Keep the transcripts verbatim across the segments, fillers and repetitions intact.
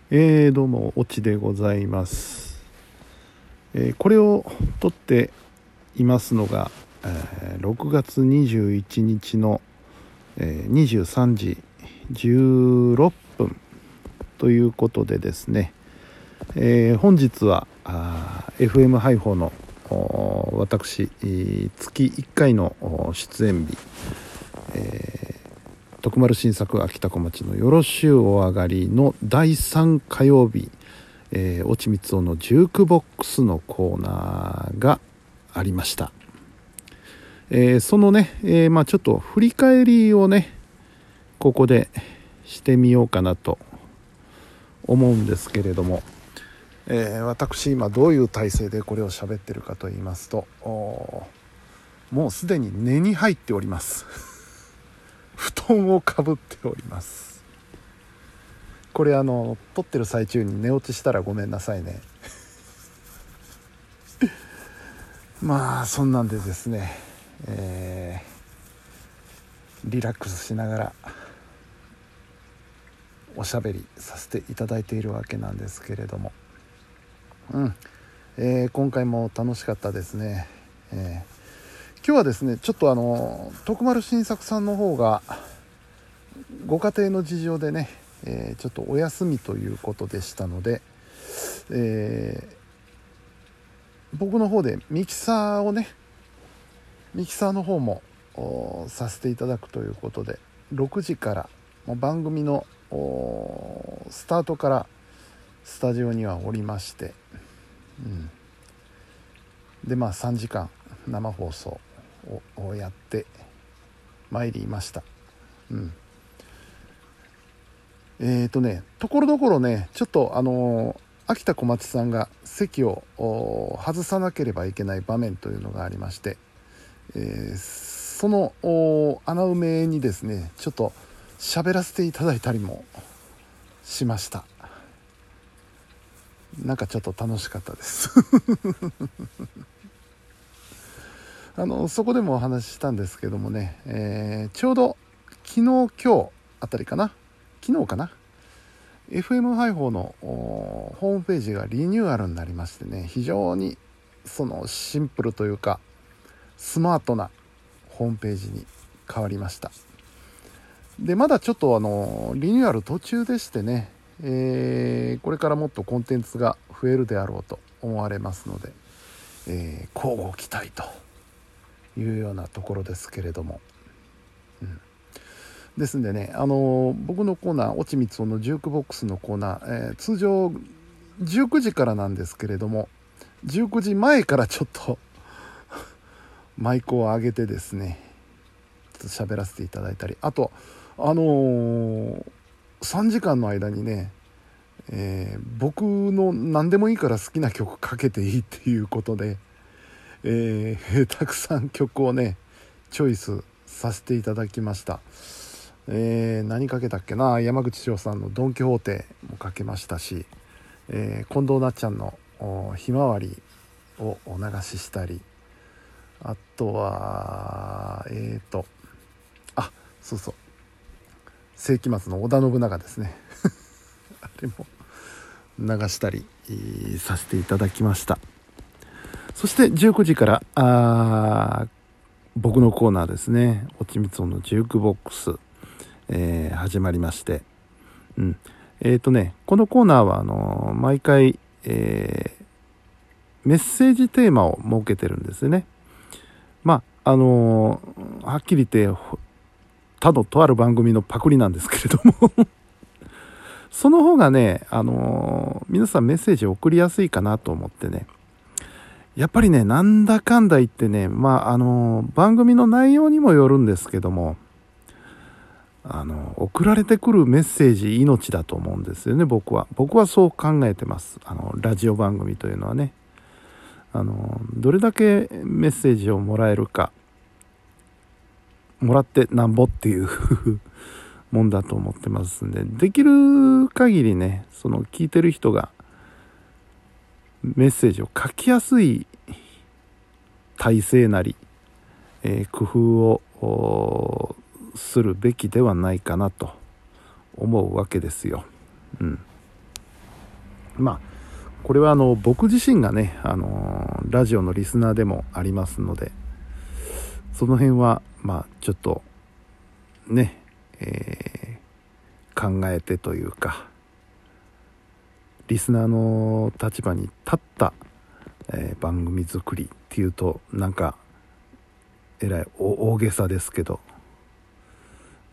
えー、どうもおちでございます、えー、これを撮っていますのが、えー、ろくがつにじゅういちにちの、えー、にじゅうさんじじゅうろっぷんということでですね、えー、本日は エフエム ハイフォの私月いっかいの出演日、えー徳丸新作秋田小町のよろしゅうお上がりのだいさん火曜日、えー、おちみつおのジュークボックスのコーナーがありました。えー、そのね、えー、まあちょっと振り返りをねここでしてみようかなと思うんですけれども、えー、私今どういう体勢でこれを喋ってるかと言いますと、もうすでに寝に入っております布団をかぶっております。これあの撮ってる最中に寝落ちしたらごめんなさいねまあそんなんでですね、えー、リラックスしながらおしゃべりさせていただいているわけなんですけれども、うん、えー、今回も楽しかったですね。えー今日はですねちょっとあの徳丸新作さんの方がご家庭の事情でね、えー、ちょっとお休みということでしたので、えー、僕の方でミキサーをねミキサーの方もさせていただくということで、ろくじからもう番組のスタートからスタジオにはおりまして、うん、でまあさんじかん生放送をやってまいりました。うん、えーとねところどころねちょっとあのー、秋田小町さんが席を外さなければいけない場面というのがありまして、えー、その穴埋めにですねちょっと喋らせていただいたりもしました。なんかちょっと楽しかったですあのそこでもお話ししたんですけどもね、えー、ちょうど昨日今日あたりかな昨日かな エフエム ハイフォのホームページがリニューアルになりましてね、非常にそのシンプルというかスマートなホームページに変わりました。でまだちょっとあのリニューアル途中でしてね、えー、これからもっとコンテンツが増えるであろうと思われますので、えー、乞うご期待というようなところですけれども、うん、ですんでね、あの僕のコーナーおちみつおのジュークボックスのコーナー、えー、通常じゅうくじからなんですけれども、じゅうくじまえからちょっとマイクを上げてですねちょっと喋らせていただいたり、あとあのー、さんじかんの間にね、えー、僕の何でもいいから好きな曲かけていいっていうことで、えー、たくさん曲をねチョイスさせていただきました。えー、何かけたっけな、山口翔さんのドンキホーテもかけましたし、えー、近藤なっちゃんのひまわりをお流ししたり、あとはえーとあそうそう世紀末の織田信長ですねあれも流したりさせていただきました。そしてじゅうくじからあ僕のコーナーですね、おちみつおのジュークボックス、えー、始まりまして、うん、えーとねこのコーナーはあのー、毎回、えー、メッセージテーマを設けてるんですね。まああのー、はっきり言って他のとある番組のパクリなんですけれどもその方がね、あのー、皆さんメッセージを送りやすいかなと思ってね、やっぱりねなんだかんだ言ってね、まああのー、番組の内容にもよるんですけども、あの送られてくるメッセージ命だと思うんですよね。僕は僕はそう考えてます。あのラジオ番組というのはね、あのどれだけメッセージをもらえるか、もらってなんぼっていうもんだと思ってますんで、できる限りねその聞いてる人がメッセージを書きやすい体制なり、えー、工夫をするべきではないかなと思うわけですよ。うん。 まあこれはあの僕自身がね、あのラジオのリスナーでもありますので、その辺はまあちょっとね、えー、考えてというか、リスナーの立場に立った、えー、番組作りっていうとなんかえらい大げさですけど、うん、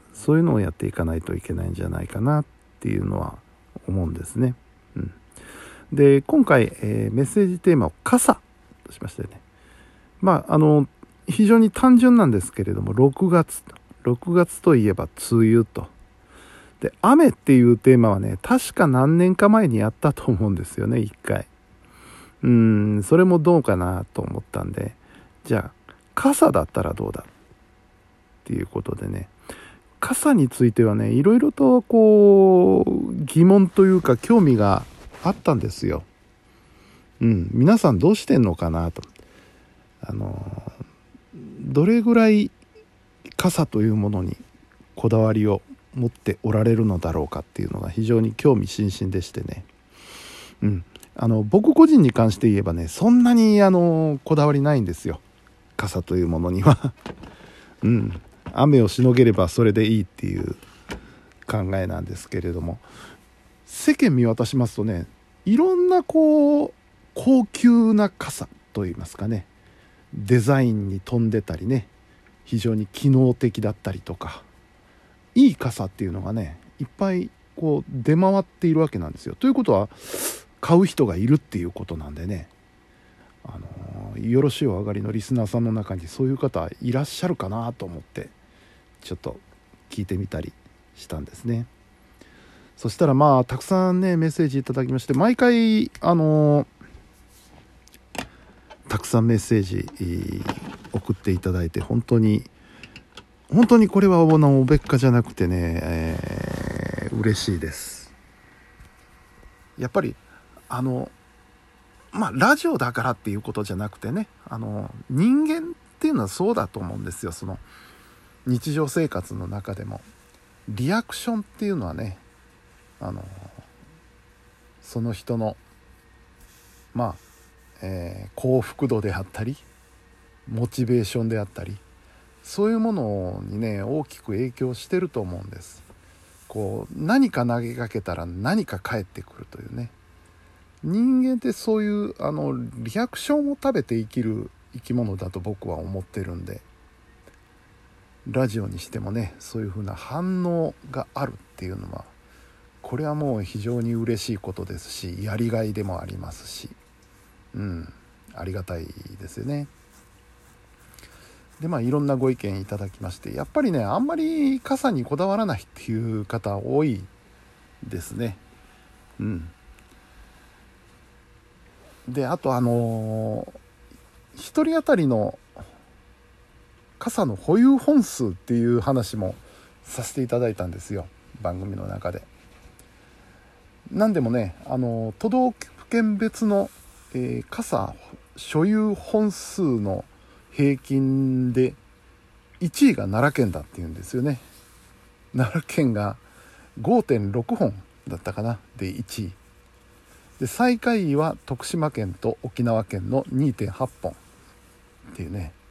そういうのをやっていかないといけないんじゃないかなっていうのは思うんですね。うん、で今回、えー、メッセージテーマを傘としましてね、まああの非常に単純なんですけれども、ろくがつろくがつといえば梅雨と、で雨っていうテーマはね確か何年か前にやったと思うんですよね、一回。うーんそれもどうかなと思ったんで、じゃあ傘だったらどうだっていうことでね、傘についてはねいろいろとこう疑問というか興味があったんですよ。うん、皆さんどうしてんのかなと、あのどれぐらい傘というものにこだわりを持っておられるのだろうかっていうのが非常に興味津々でしてね、うん、あの僕個人に関して言えばねそんなにあのこだわりないんですよ、傘というものには、うん、雨をしのげればそれでいいっていう考えなんですけれども、世間見渡しますとねいろんなこう高級な傘といいますかね、デザインに富んでたりね、非常に機能的だったりとか、いい傘っていうのがねいっぱいこう出回っているわけなんですよ。ということは買う人がいるっていうことなんでね、あのー、よろしいお上がりのリスナーさんの中にそういう方いらっしゃるかなと思ってちょっと聞いてみたりしたんですね。そしたらまあたくさんねメッセージいただきまして、毎回あのー、たくさんメッセージ送っていただいて本当に本当にこれはおべっかじゃなくてね、えー、嬉しいです。やっぱりあのまあラジオだからっていうことじゃなくてね、あの人間っていうのはそうだと思うんですよ。その日常生活の中でもリアクションっていうのはね、あのその人のまあ、えー、幸福度であったりモチベーションであったり、そういうものにね大きく影響してると思うんです。こう何か投げかけたら何か返ってくるというね、人間ってそういうあのリアクションを食べて生きる生き物だと僕は思ってるんで、ラジオにしてもねそういう風な反応があるっていうのはこれはもう非常に嬉しいことですし、やりがいでもありますし、うんありがたいですよね。でまあいろんなご意見いただきまして、やっぱりねあんまり傘にこだわらないっていう方多いですね。うんであとあのー、一人当たりの傘の保有本数っていう話もさせていただいたんですよ、番組の中で。なんでもねあの都道府県別の、えー、傘所有本数の平均でいちいが奈良県だっていうんですよね。奈良県が ごてんろくほんだったかなでいちいで、最下位は徳島県と沖縄県の にてんはちほんっていうね、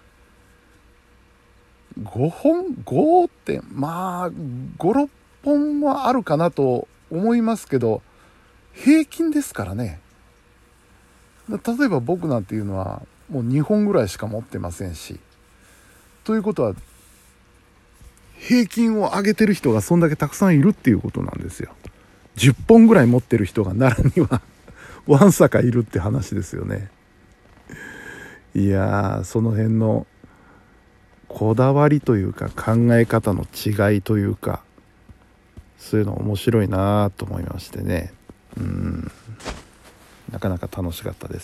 ごほんごてんまあごろっぽんはあるかなと思いますけど、平均ですからね。例えば僕なんていうのはもうにほんぐらいしか持ってませんし、ということは平均を上げてる人がそんだけたくさんいるっていうことなんですよ。じゅっぽんぐらい持ってる人が奈良にはわんさかいるって話ですよね。いやーその辺のこだわりというか考え方の違いというか、そういうの面白いなと思いましてね、うんなかなか楽しかったです。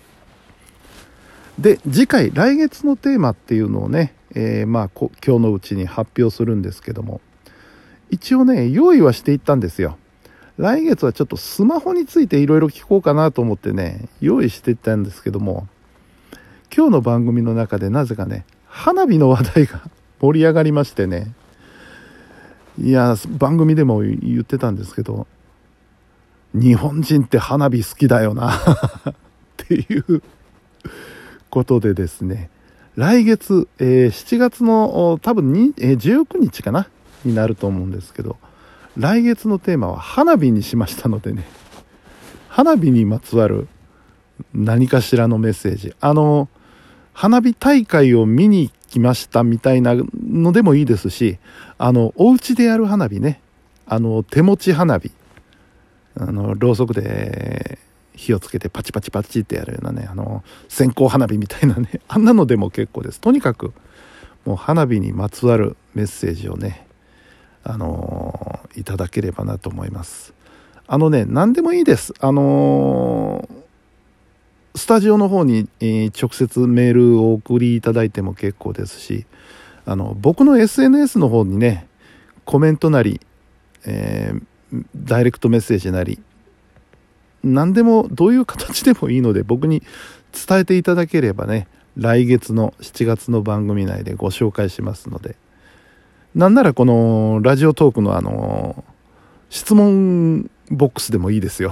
で次回来月のテーマっていうのをね、えー、まあ今日のうちに発表するんですけども、一応ね用意はしていったんですよ。来月はちょっとスマホについていろいろ聞こうかなと思ってね用意していったんですけども、今日の番組の中でなぜかね花火の話題が盛り上がりましてね、いや番組でも言ってたんですけど、 日本人って花火好きだよなっていうことでですね、来月、えー、しちがつの多分に、えー、じゅうくにちかなになると思うんですけど、来月のテーマは花火にしましたのでね、花火にまつわる何かしらのメッセージ、あの花火大会を見に来ましたみたいなのでもいいですし、あのお家でやる花火ね、あの手持ち花火、あのろうそくで火をつけてパチパチパチってやるようなね、あの線香花火みたいなね、あんなのでも結構です。とにかくもう花火にまつわるメッセージをね、あのー、いただければなと思います。あのね、何でもいいです。あのー、スタジオの方に、えー、直接メールをお送りいただいても結構ですし、あの僕の エスエヌエス の方にね、コメントなり、えー、ダイレクトメッセージなり、何でもどういう形でもいいので僕に伝えていただければね、来月のしちがつの番組内でご紹介しますので、なんならこのラジオトークのあの質問ボックスでもいいですよ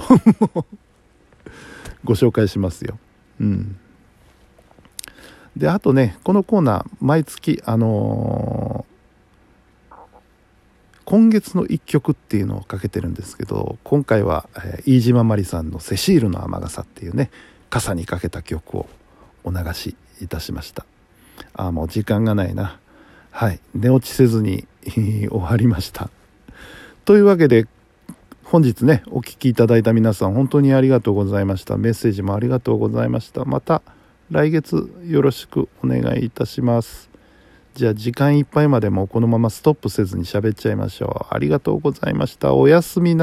ご紹介しますよ。うん。で、あとね、このコーナー毎月あのー、今月の一曲っていうのをかけてるんですけど、今回は、えー、飯島まりさんのセシールの雨傘っていうね、傘にかけた曲をお流しいたしました。ああ、もう時間がないな。はい、寝落ちせずに終わりましたというわけで、本日ねお聞きいただいた皆さん本当にありがとうございました。メッセージもありがとうございました。また来月よろしくお願いいたします。じゃあ時間いっぱいまでもこのままストップせずに喋っちゃいましょう。ありがとうございました。おやすみな